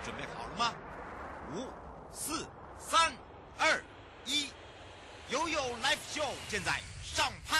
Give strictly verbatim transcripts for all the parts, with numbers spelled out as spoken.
准备好了吗？五、四、三、二、一，悠悠 Live Show 现在上拍。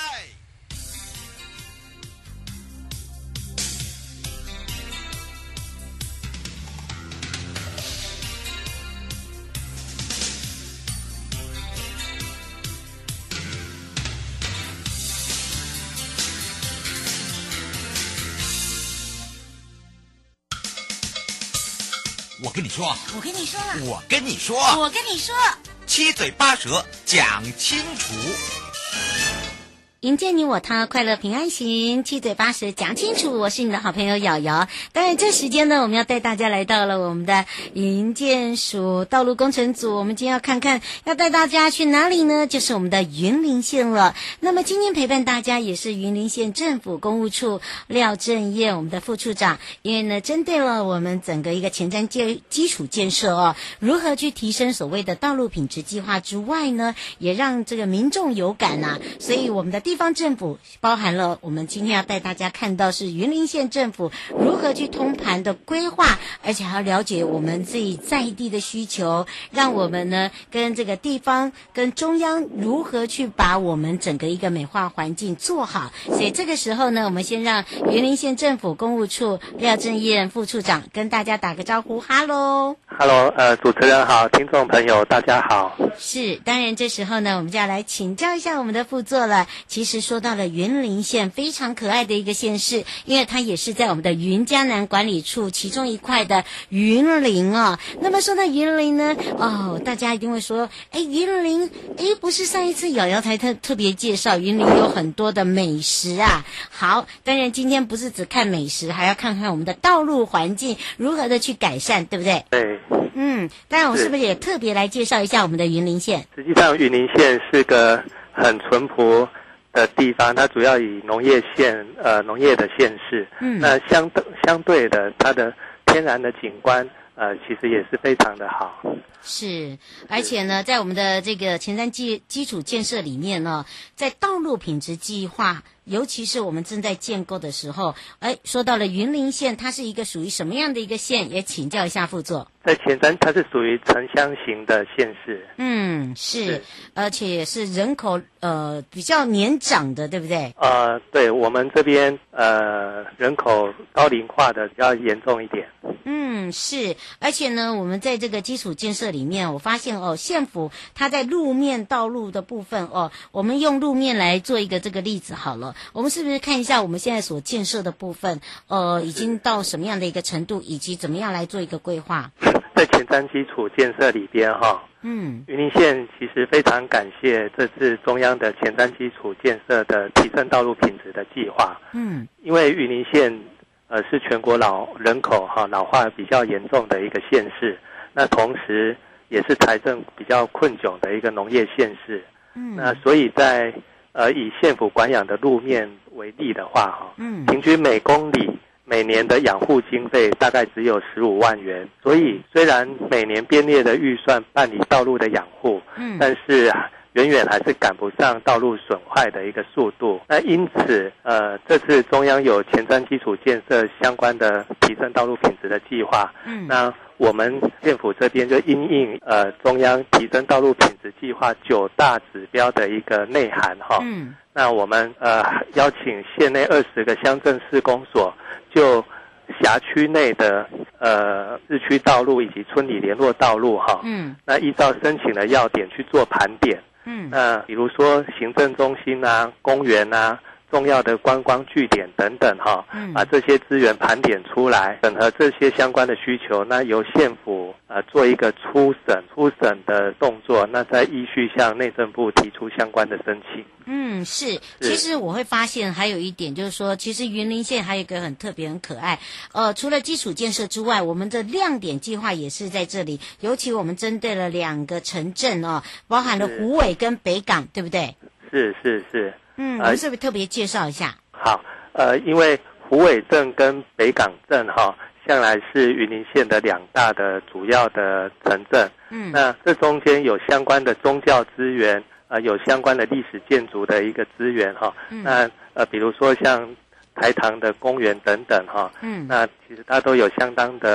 我跟你说， 我跟你说了， 我跟你说， 我跟你说， 七嘴八舌讲清楚。 迎接你我他，快乐平安行，七嘴八舌讲清楚。我是你的好朋友瑶瑶。当然这时间呢，我们要带大家来到了我们的营建署道路工程组。我们今天要看看要带大家去哪里呢？就是我们的云林县了。那么今天陪伴大家也是云林县政府公务处廖正燕我们的副处长。因为呢，针对了我们整个一个前瞻基基础建设哦，如何去提升所谓的道路品质计划之外呢，也让这个民众有感啊。所以我们的地方政府包含了我们今天要带大家看到是云林县政府如何去通盘的规划，而且还要了解我们自己在地的需求，让我们呢跟这个地方跟中央如何去把我们整个一个美化环境做好。所以这个时候呢，我们先让云林县政府公务处廖正燕副处长跟大家打个招呼。哈喽哈喽，呃，主持人好，听众朋友大家好。 是，当然这时候呢，我们就要来请教一下我们的副座了。其实说到了云林县非常可爱的一个县市，因为它也是在我们的云嘉南管理处其中一块的云林哦。那么说到云林呢，哦，大家一定会说，哎，云林，哎，不是上一次瑶瑶才特特别介绍云林有很多的美食啊。好，当然今天不是只看美食，还要看看我们的道路环境如何的去改善，对不对？ 对。 嗯，当然我是不是也特别来介绍一下我们的云林县？ 实际上，云林县是个很淳朴的地方，它主要以农业县呃农业的县市，嗯，那相相对的，它的天然的景观呃其实也是非常的好。 是，而且呢，在我们的这个前瞻基基础建设里面呢，在道路品质计划，尤其是我们正在建构的时候，哎，说到了云林县，它是一个属于什么样的一个县？也请教一下副座。 在前瞻，它是属于城乡型的县市。 嗯，是，而且也是人口呃比较年长的，对不对？ 呃，对，我们这边呃人口高龄化的比较严重一点。 嗯，是，而且呢，我们在这个基础建设里面，我发现哦，县府它在路面道路的部分哦，我们用路面来做一个这个例子好了，我们是不是看一下我们现在所建设的部分，呃，已经到什么样的一个程度，以及怎么样来做一个规划？ 在前瞻基础建设里边哈，嗯，云林县其实非常感谢这次中央的前瞻基础建设的提升道路品质的计划，嗯，因为云林县呃是全国老人口哈老化比较严重的一个县市，那同时也是财政比较困窘的一个农业县市，嗯，那所以在呃以县府管养的路面为例的话哈，嗯，平均每公里每年的养护经费大概只有十五万元，所以虽然每年编列的预算办理道路的养护，嗯，但是远远还是赶不上道路损坏的一个速度。那因此，呃，这次中央有前瞻基础建设相关的提升道路品质的计划，嗯，那我们县府这边就因应呃中央提升道路品质计划九大指标的一个内涵哈，嗯，那我们呃邀请县内二十个乡镇市公所，就辖区内的呃市区道路以及村里联络道路哈，嗯，那依照申请的要点去做盘点，嗯，那比如说行政中心啊、公园啊、重要的观光据点等等哈，嗯，把这些资源盘点出来，整合这些相关的需求，那由县府呃做一个初审初审的动作，那再依序向内政部提出相关的申请。 嗯，是，其实我会发现还有一点就是说，其实云林县还有一个很特别很可爱，呃，除了基础建设之外，我们的亮点计划也是在这里，尤其我们针对了两个城镇哦，包含了虎尾跟北港，对不对？ 是是是。 嗯，我们是不是特别介绍一下？ 好，呃，因为虎尾镇跟北港镇哈，向来是云林县的两大的主要的城镇。嗯，那这中间有相关的宗教资源，呃，有相关的历史建筑的一个资源哈。嗯，那呃，比如说像台糖的公园等等哈。嗯，那其实它都有相当的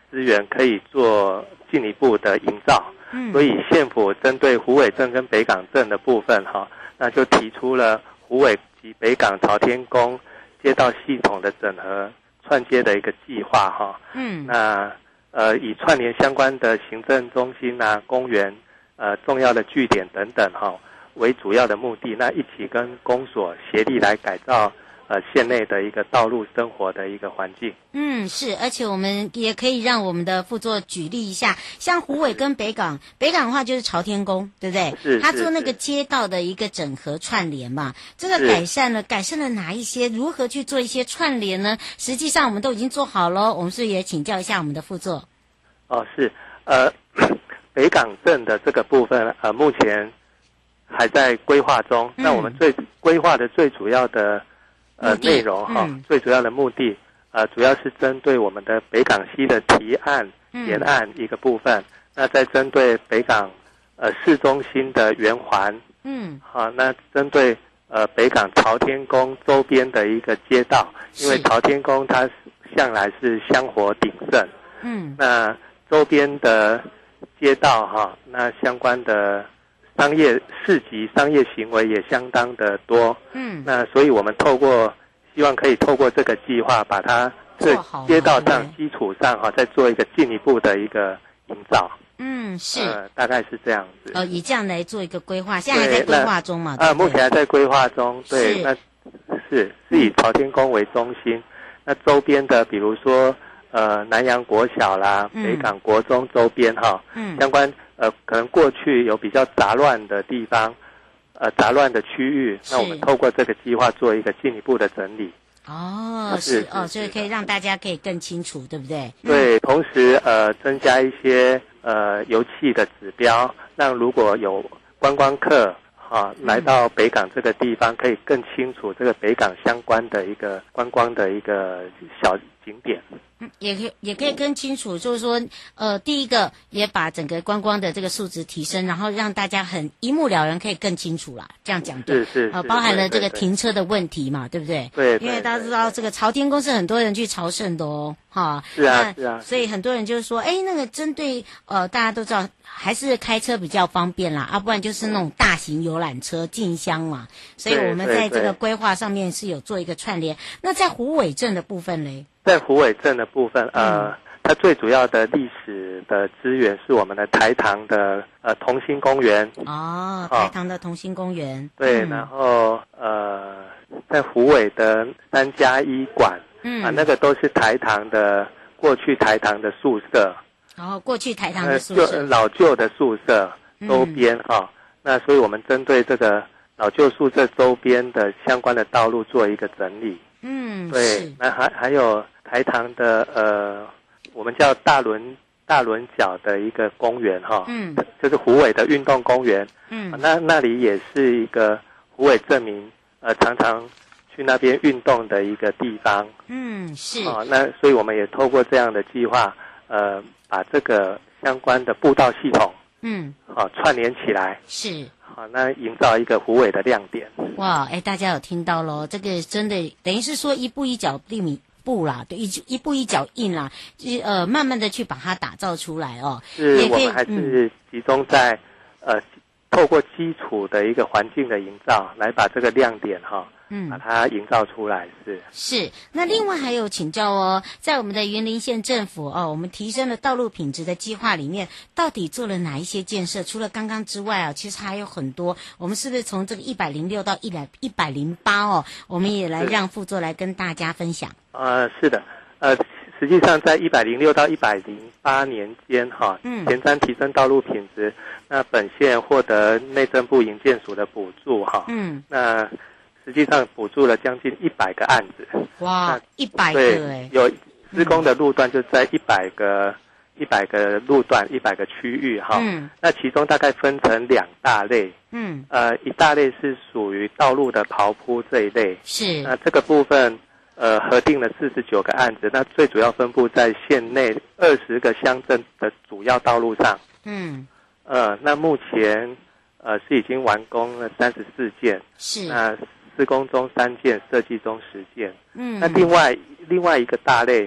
资源可以做进一步的营造。 嗯， 所以县府针对虎尾镇跟北港镇的部分哈，那就提出了虎尾及北港朝天宫街道系统的整合串接的一个计划哈。 嗯， 那呃以串联相关的行政中心啊、公园、呃重要的据点等等哈为主要的目的，那一起跟公所协力来改造呃县内的一个道路生活的一个环境。 嗯，是，而且我们也可以让我们的副座举例一下，像虎尾跟北港，北港的话就是朝天宫，对不对？ 是， 他做那个街道的一个整合串联嘛，这个改善了，改善了哪一些？如何去做一些串联呢？实际上我们都已经做好了，我们是不是也请教一下我们的副座？ 哦，是，呃，北港镇的这个部分，呃，目前还在规划中。嗯、那我们最规划的最主要的呃内容哈、嗯，最主要的目的。呃，主要是针对我们的北港溪的堤岸、沿岸一个部分，嗯、那再针对北港呃市中心的圆环，嗯，好、啊，那针对呃北港朝天宫周边的一个街道，因为朝天宫它向来是香火鼎盛，嗯，那周边的街道哈、啊，那相关的商业市集、商业行为也相当的多，嗯，那所以我们透过。希望可以透过这个计划，把它这街道上基础上哈、啊，再做一个进一步的一个营造。 嗯，是， 呃，大概是这样子。 呃，以这样来做一个规划，现在还在规划中嘛？ 啊，目前还在规划中。对，那是是以朝天宫为中心，嗯、那周边的比如说呃南洋国小啦、嗯、北港国中周边哈，嗯，相关呃可能过去有比较杂乱的地方。呃，杂乱的区域，那我们透过这个计划做一个进一步的整理。 哦，是哦，所以可以让大家可以更清楚，对不对？ 对，嗯、同时呃，增加一些呃油气的指标，让如果有观光客啊来到北港这个地方，可以更清楚这个北港相关的一个观光的一个小景点。 嗯，也可以也可以更清楚，就是说，呃，第一个也把整个观光的这个素质提升，然后让大家很一目了然，可以更清楚啦。这样讲对， 是是， 呃，包含了这个停车的问题嘛， 对, 对, 对, 对不对？ 对， 因为大家知道这个朝天宫是很多人去朝圣的哦，哈， 是啊是啊， 所以很多人就是说，哎，那个针对呃大家都知道，还是开车比较方便啦，啊，不然就是那种大型游览车进香嘛，所以我们在这个规划上面是有做一个串联。那在虎尾镇的部分嘞？ 在虎尾镇的部分，呃，嗯、它最主要的历史的资源是我们的台糖的呃同心公园。 哦，台糖的同心公园。 对， 嗯、 然后呃，在虎尾的三家医馆，嗯啊，那个都是台糖的过去台糖的宿舍。 然后、哦、过去台糖的宿舍， 呃、老旧的宿舍周边哈、嗯哦，那所以我们针对这个老旧宿舍周边的相关的道路做一个整理。 嗯， 对，那还还有台糖的呃，我们叫大轮大轮角的一个公园哈，嗯，就是虎尾的运动公园，嗯，那那里也是一个虎尾镇民呃常常去那边运动的一个地方， 嗯，是， 啊、哦，那所以我们也透过这样的计划，呃，把这个相关的步道系统，嗯，好、哦、串联起来， 是。 好，那营造一个虎尾的亮点。 哇，哎，大家有听到咯，这个真的等于是说一步一脚印步啦，对，一一步一脚印啦，就是呃，慢慢的去把它打造出来哦。 是，我们还是集中在、嗯、呃，透过基础的一个环境的营造，来把这个亮点哈、哦，嗯，把它营造出来。是是，那另外还有请教哦，在我们的云林县政府哦，我们提升了道路品质的计划里面，到底做了哪一些建设？除了刚刚之外啊，其实还有很多。我们是不是从这个一百零六到一百一百零八哦，我们也来让副座来跟大家分享。 呃，是的，呃，实际上在一百零六到一百零八年间哈，嗯，前瞻提升道路品质，那本县获得内政部营建署的补助哈，嗯，那实际上补助了将近一百个案子。 哇，一百个哎！ 有施工的路段就在一百个一百个路段一百个区域哈。嗯。那其中大概分成两大类。嗯。呃，一大类是属于道路的刨铺这一类。 是。 那这个部分呃核定了四十九个案子，那最主要分布在县内二十个乡镇的主要道路上。嗯。呃，那目前呃是已经完工了三十四件。 是。 那施工中三件，设计中十件。嗯，那另外另外一个大类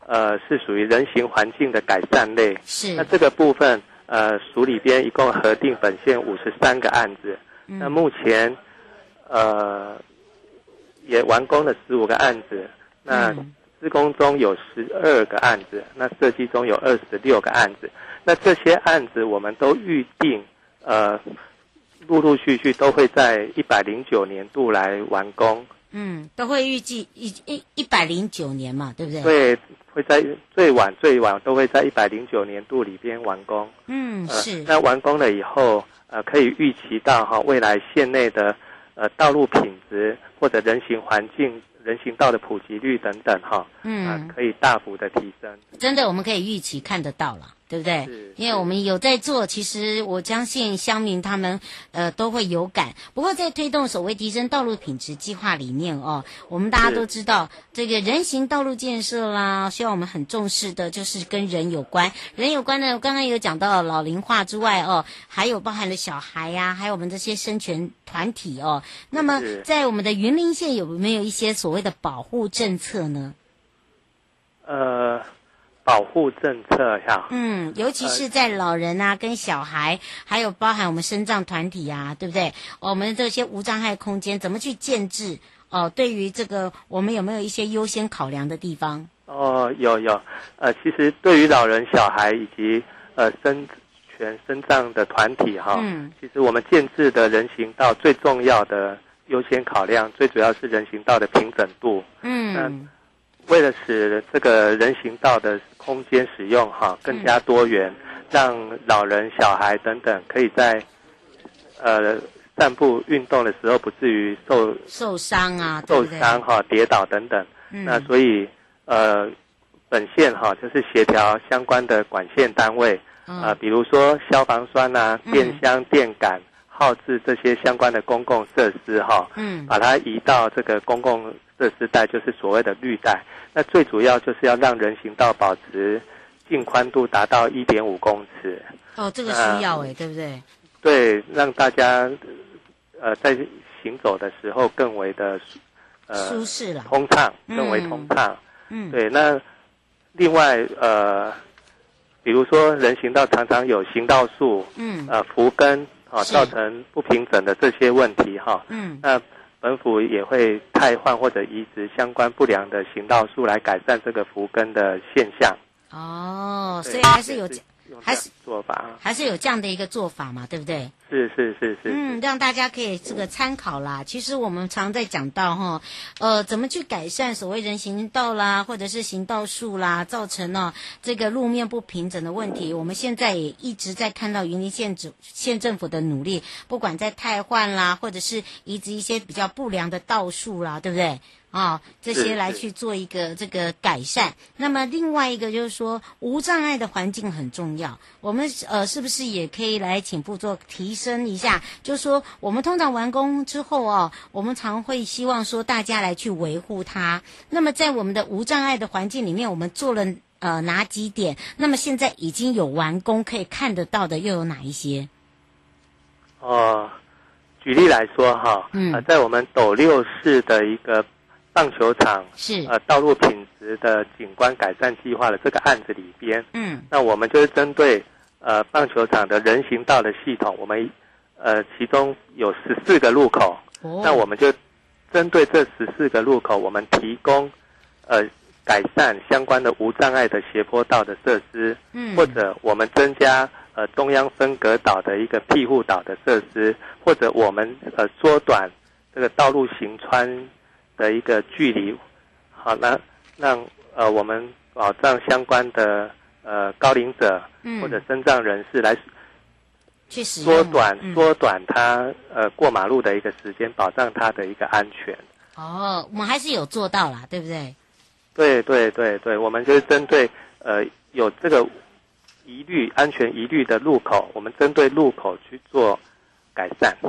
呃是属于人行环境的改善类。 是。 那这个部分呃署里边一共核定本县五十三个案子，嗯、那目前呃也完工了十五个案子，那施工中有十二个案子，那设计中有二十六个案子。那这些案子我们都预定呃陆陆续续都会在一百零九年度来完工。 嗯，都会预计一一一百零九年嘛，对不对？ 对，会在最晚最晚都会在一百零九年度里边完工。 嗯， 呃、 是。 那完工了以后，呃，可以预期到哈、哦，未来县内的呃道路品质或者人行环境、人行道的普及率等等哈、哦，嗯、呃，可以大幅的提升。 真的，我们可以预期看得到了。对不对？因为我们有在做，其实我相信乡民他们呃都会有感。不过在推动所谓提升道路品质计划里面哦，我们大家都知道这个人行道路建设啦，需要我们很重视的就是跟人有关。人有关呢，我刚刚有讲到老龄化之外哦，还有包含了小孩呀、啊，还有我们这些生权团体哦。那么在我们的云林县有没有一些所谓的保护政策呢？ 呃。保护政策呀， 嗯，尤其是在老人啊、呃、跟小孩，还有包含我们身障团体啊，对不对？我们这些无障碍空间怎么去建制？哦、呃，对于这个我们有没有一些优先考量的地方？ 哦，有有，呃，其实对于老人、小孩以及呃身权身障的团体哈，嗯，其实我们建制的人行道最重要的优先考量，最主要是人行道的平整度，嗯。那为了使这个人行道的空间使用哈更加多元，嗯、让老人、小孩等等可以在呃散步运动的时候不至于受受伤啊、 受伤哈、跌倒等等。嗯、那所以呃本县哈就是协调相关的管线单位啊、嗯呃，比如说消防栓啊、电箱、电杆、耗资这些相关的公共设施哈，嗯，把它移到这个公共设施带，就是所谓的绿带。那最主要就是要让人行道保持净宽度达到 一点五公尺。 哦，这个需要哎、呃，对不对？ 对，让大家呃在行走的时候更为的呃舒适了， 通畅，更为通畅。嗯，对。那另外呃，比如说人行道常常有行道树，嗯，呃扶根啊、呃，造成不平整的这些问题哈。嗯，那本府也会汰换或者移植相关不良的行道树来改善这个扶根的现象。 哦，所以还是有还是做法， 还是有这样的一个做法嘛，对不对？ 是是是是。 嗯，让大家可以这个参考啦。其实我们常在讲到哈，呃，怎么去改善所谓人行道啦，或者是行道树啦，造成呢这个路面不平整的问题。我们现在也一直在看到云林县主县政府的努力，不管在汰换啦，或者是移植一些比较不良的道树啦，对不对？啊、哦，这些来去做一个这个改善。那么另外一个就是说，无障碍的环境很重要。我们呃，是不是也可以来请部做提升一下？就是说，我们通常完工之后哦，我们常会希望说大家来去维护它。那么在我们的无障碍的环境里面，我们做了呃哪几点？那么现在已经有完工可以看得到的又有哪一些？ 哦，举例来说哈，嗯、呃，在我们斗六市的一个棒球场是呃道路品质的景观改善计划的这个案子里边，嗯，那我们就是针对呃棒球场的人行道的系统，我们呃其中有十四个路口，哦，那我们就针对这十四个路口，我们提供呃改善相关的无障碍的斜坡道的设施，嗯，或者我们增加呃中央分隔岛的一个庇护岛的设施，或者我们呃缩短这个道路行穿的一个距离，好，那让呃我们保障相关的呃高龄者或者身障人士来去使缩短缩短他呃过马路的一个时间，保障他的一个安全。 哦，我们还是有做到啦，对不对？ 对对对对，我们就是针对呃有这个疑虑、安全疑虑的路口，我们针对路口去做改善。 嗯。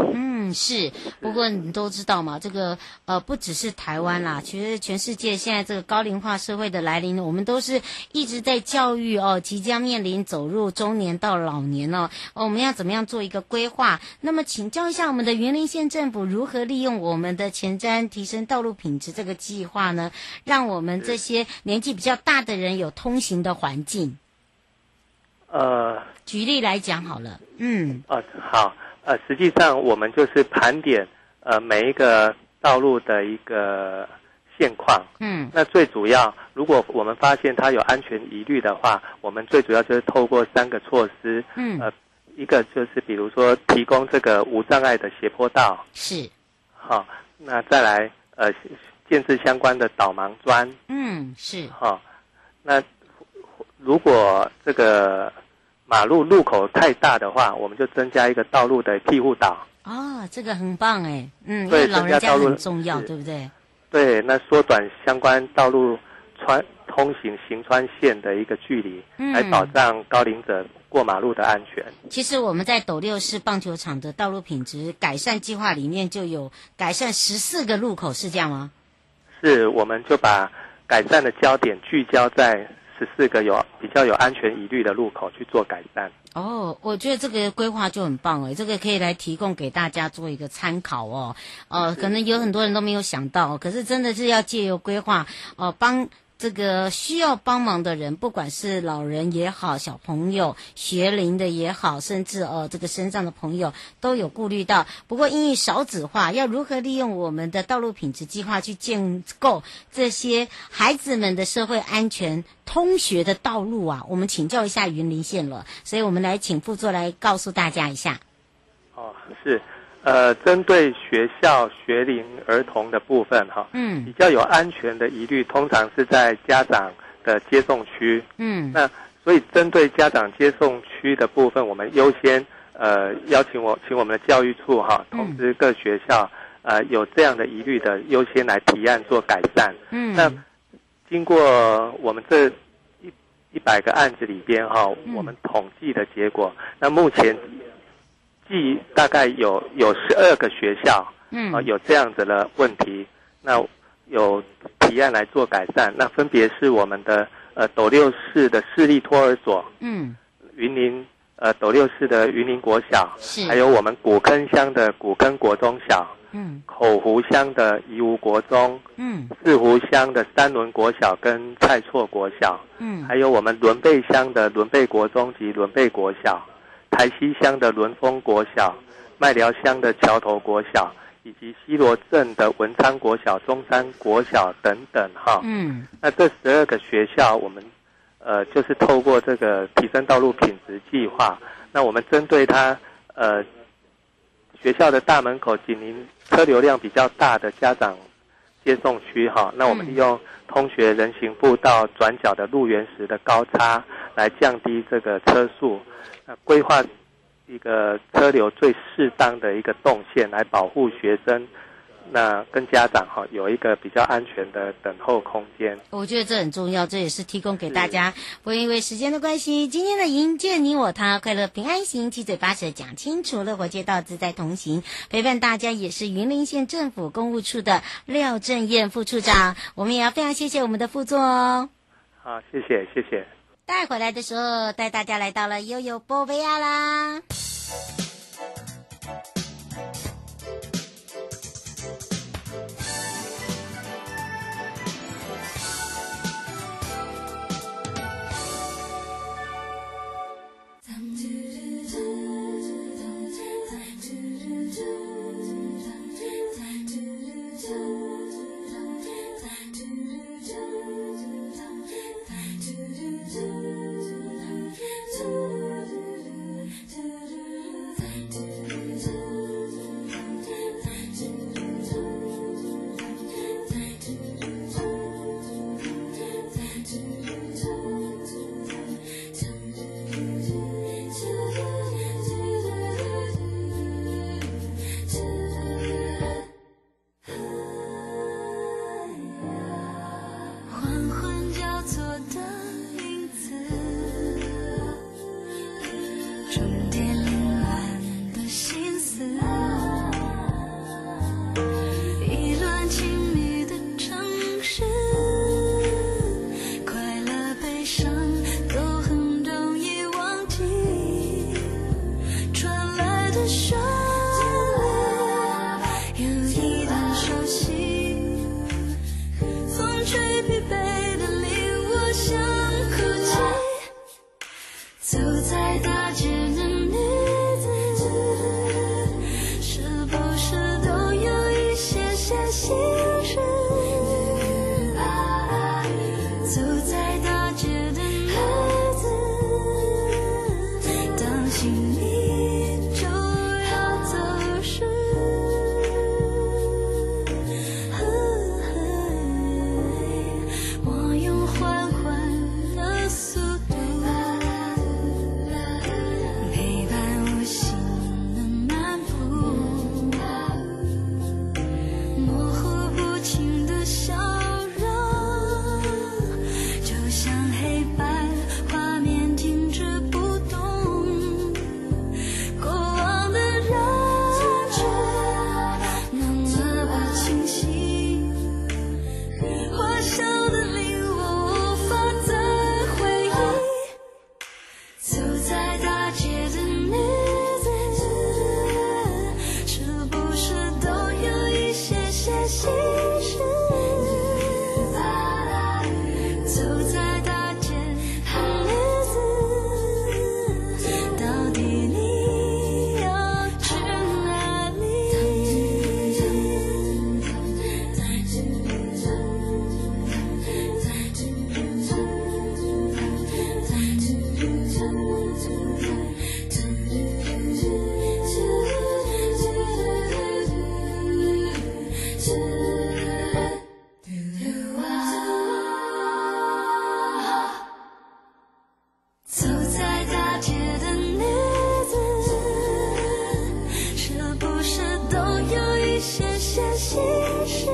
嗯，是。不过你都知道嘛，这个呃，不只是台湾啦，其实全世界现在这个高龄化社会的来临，我们都是一直在教育哦，即将面临走入中年到老年哦，哦我们要怎么样做一个规划？那么请教一下我们的云林县政府如何利用我们的前瞻提升道路品质这个计划呢，让我们这些年纪比较大的人有通行的环境？ 呃， 举例来讲好了，嗯， 呃，好，呃，实际上我们就是盘点呃每一个道路的一个现况，嗯，那最主要，如果我们发现它有安全疑虑的话，我们最主要就是透过三个措施，嗯，呃，一个就是比如说提供这个无障碍的斜坡道， 是， 好，那再来呃建置相关的导盲砖， 嗯，是， 好，那如果这个马路路口太大的话，我们就增加一个道路的庇护岛。 哦，这个很棒哎，嗯，因为老人家很重要，对不对？ 对，那缩短相关道路穿通行行穿线的一个距离，嗯，来保障高龄者过马路的安全。 其实我们在斗六市棒球场的道路品质改善计划里面就有改善十四个路口，是这样吗？ 是，我们就把改善的焦点聚焦在十四个有比较有安全疑虑的路口去做改善。 哦，我觉得这个规划就很棒哎，这个可以来提供给大家做一个参考哦。呃，可能有很多人都没有想到，可是真的是要借由规划，哦、呃，帮这个需要帮忙的人，不管是老人也好，小朋友、学龄的也好，甚至呃这个身上的朋友都有顾虑到。不过因为少子化，要如何利用我们的道路品质计划去建构这些孩子们的社会安全通学的道路啊？我们请教一下云林县了，所以我们来请副座来告诉大家一下。 哦，是。呃，针对学校学龄儿童的部分哈，嗯，比较有安全的疑虑，通常是在家长的接送区，嗯，那所以针对家长接送区的部分，我们优先呃邀请我请我们的教育处哈，通知各学校呃有这样的疑虑的，优先来提案做改善，嗯，那经过我们这一一百个案子里边哈，我们统计的结果，那目前计大概有有十二个学校，嗯，啊、呃、有这样子的问题，那有提案来做改善，那分别是我们的呃斗六市的市立托儿所，嗯，云林呃斗六市的云林国小，是，还有我们古坑乡的古坑国中小，嗯，口湖乡的宜吾国中，嗯，四湖乡的三仑国小跟蔡厝国小，嗯，还有我们仑背乡的仑背国中及仑背国小。台西乡的仑峰国小、麦寮乡的桥头国小，以及西螺镇的文昌国小、中山国小等等哈。嗯，那这十二个学校，我们呃就是透过这个提升道路品质计划，那我们针对它呃学校的大门口紧邻车流量比较大的家长接送区哈，那我们利用通学人行步道转角的路缘石的高差来降低这个车速。那规划一个车流最适当的一个动线来保护学生，那跟家长哈有一个比较安全的等候空间。 我觉得这很重要，这也是提供给大家。不过因为时间的关系，今天的迎接你我他快乐平安行七嘴八舌讲清楚，乐活街道自在同行，陪伴大家也是云林县政府公务处的廖正燕副处长。我们也要非常谢谢我们的副座哦。 好，谢谢谢谢。 带回来的时候，带大家来到了悠悠波维亚啦。 沉淀乱的心思。 走在大街的女子，是不是都有一些些心事？走在大街的女子，当心你就要走时，我用缓缓的速度陪伴我心的漫步，模糊不清的笑容，就像黑白画面停止不动，过往的人却那么不清晰，欢笑的令我无法再回忆。走在大街的女子，是不是都有一些些心事？走在大街的女子，到底你要去哪走在大街的女子，是不是都有一些些心事？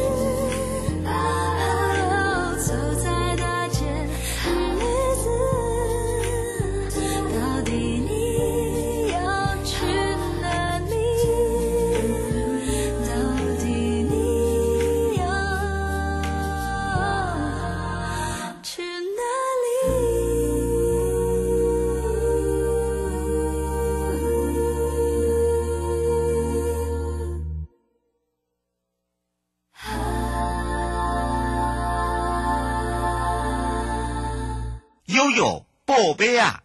走在大街的女子，到底你要去哪里？到底你要去哪里？ 悠悠宝贝啊！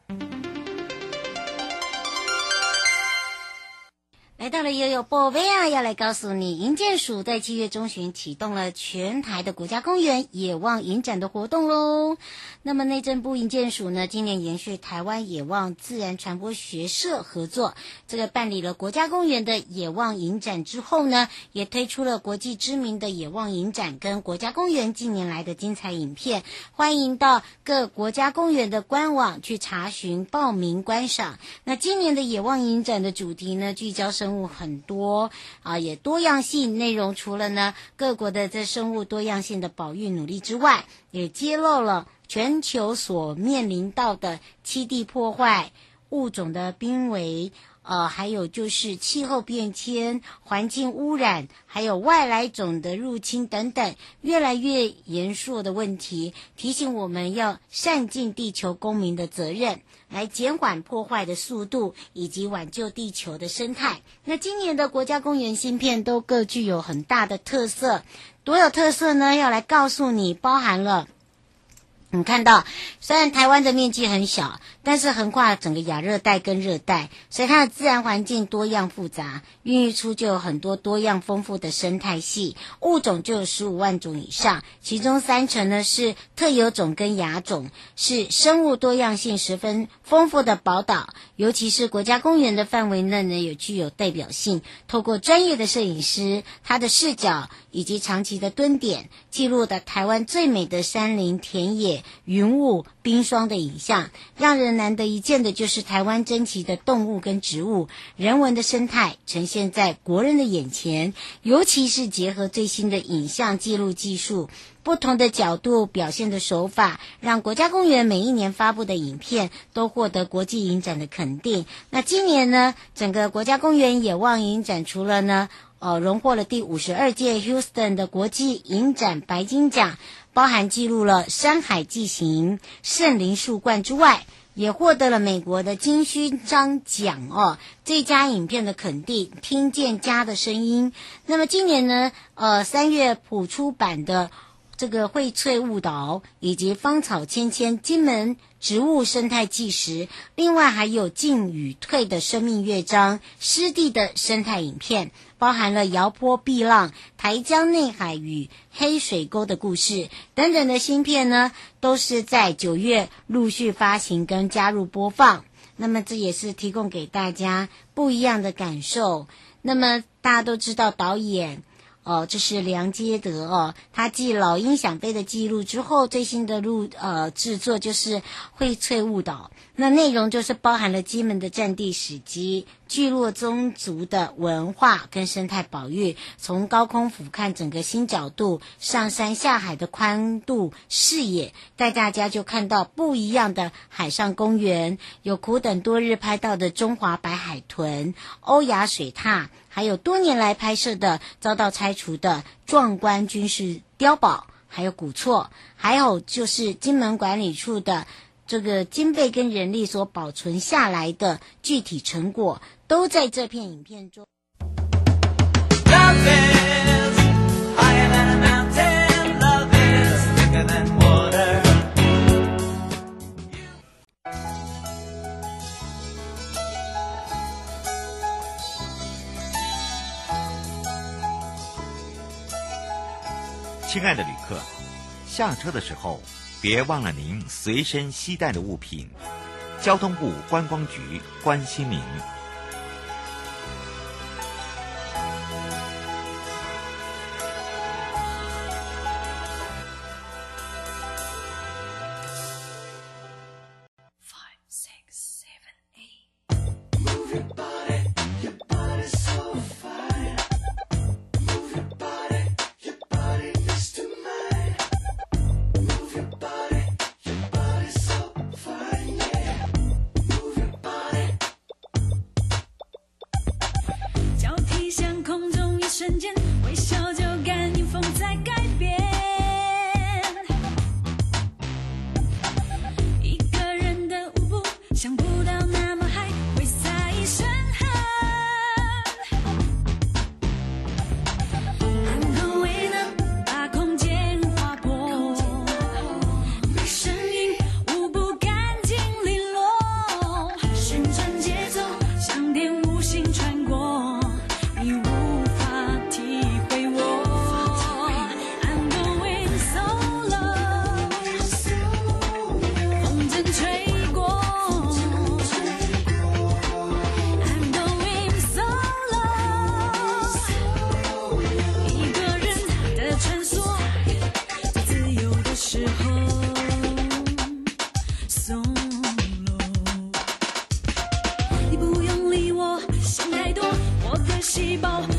来到了悠悠宝贝啊，要来告诉你，营建署在七月中旬启动了全台的国家公园野望影展的活动喽。那么内政部营建署呢，今年延续台湾野望自然传播学社合作，这个办理了国家公园的野望影展之后呢，也推出了国际知名的野望影展跟国家公园近年来的精彩影片，欢迎到各国家公园的官网去查询报名观赏。那今年的野望影展的主题呢，聚焦生物很多啊，也多样性，内容除了呢各国的这生物多样性的保育努力之外，也揭露了全球所面临到的栖地破坏、物种的濒危，呃，还有就是气候变迁、环境污染，还有外来种的入侵等等，越来越严肃的问题，提醒我们要善尽地球公民的责任，来减缓破坏的速度，以及挽救地球的生态。那今年的国家公园新片都各具有很大的特色，多有特色呢？要来告诉你，包含了你看到，虽然台湾的面积很小，但是横跨整个亚热带跟热带，所以它的自然环境多样复杂，孕育出就有很多多样丰富的生态系，物种就有十五万种以上，其中三成呢是特有种跟亚种，是生物多样性十分丰富的宝岛。尤其是国家公园的范围内呢，有具有代表性，透过专业的摄影师，他的视角以及长期的蹲点，记录的台湾最美的山林、田野、云雾、冰霜的影像，让人难得一见的就是台湾珍奇的动物跟植物、人文的生态呈现在国人的眼前，尤其是结合最新的影像记录技术，不同的角度表现的手法，让国家公园每一年发布的影片都获得国际影展的肯定。那今年呢，整个国家公园野望影展除了呢呃，荣获了第五十二届 Houston 的国际影展白金奖，包含记录了山海纪行、圣林树冠之外，也获得了美国的金勋章奖哦，最佳影片的肯定，听见家的声音。那么今年呢，呃，三月普出版的这个荟萃雾岛以及芳草芊芊金门植物生态纪实，另外还有进与退的生命乐章、湿地的生态影片，包含了瑶波碧浪、台江内海与黑水沟的故事等等的新片呢，都是在九月陆续发行跟加入播放。那么这也是提供给大家不一样的感受。那么大家都知道导演哦，这是梁阶德哦，他继老鹰想飞的记录之后，最新的录呃制作就是荟萃雾岛。那内容就是包含了金门的战地史迹、聚落宗族的文化跟生态保育，从高空俯瞰整个新角度，上山下海的宽度视野，带大家就看到不一样的海上公园，有苦等多日拍到的中华白海豚、欧亚水獭，还有多年来拍摄的遭到拆除的壮观军事碉堡，还有古厝，还有就是金门管理处的这个经费跟人力所保存下来的具体成果，都在这片影片中。 Love is higher than a mountain. Love is thicker than water. 亲爱的旅客，下车的时候别忘了您随身携带的物品。交通部观光局关心您。 瞬间，微笑就感应风在改变。一个人的舞步，想不到那么嗨，会洒一身汗。I'm going up，把空间划破，没声音，舞步干净利落，旋转节奏，像电无形穿过。你无法体会我 I'm going solo 风筝吹过 I'm going solo 一个人的穿梭最自由的时候 solo 你不用理我想太多我的细胞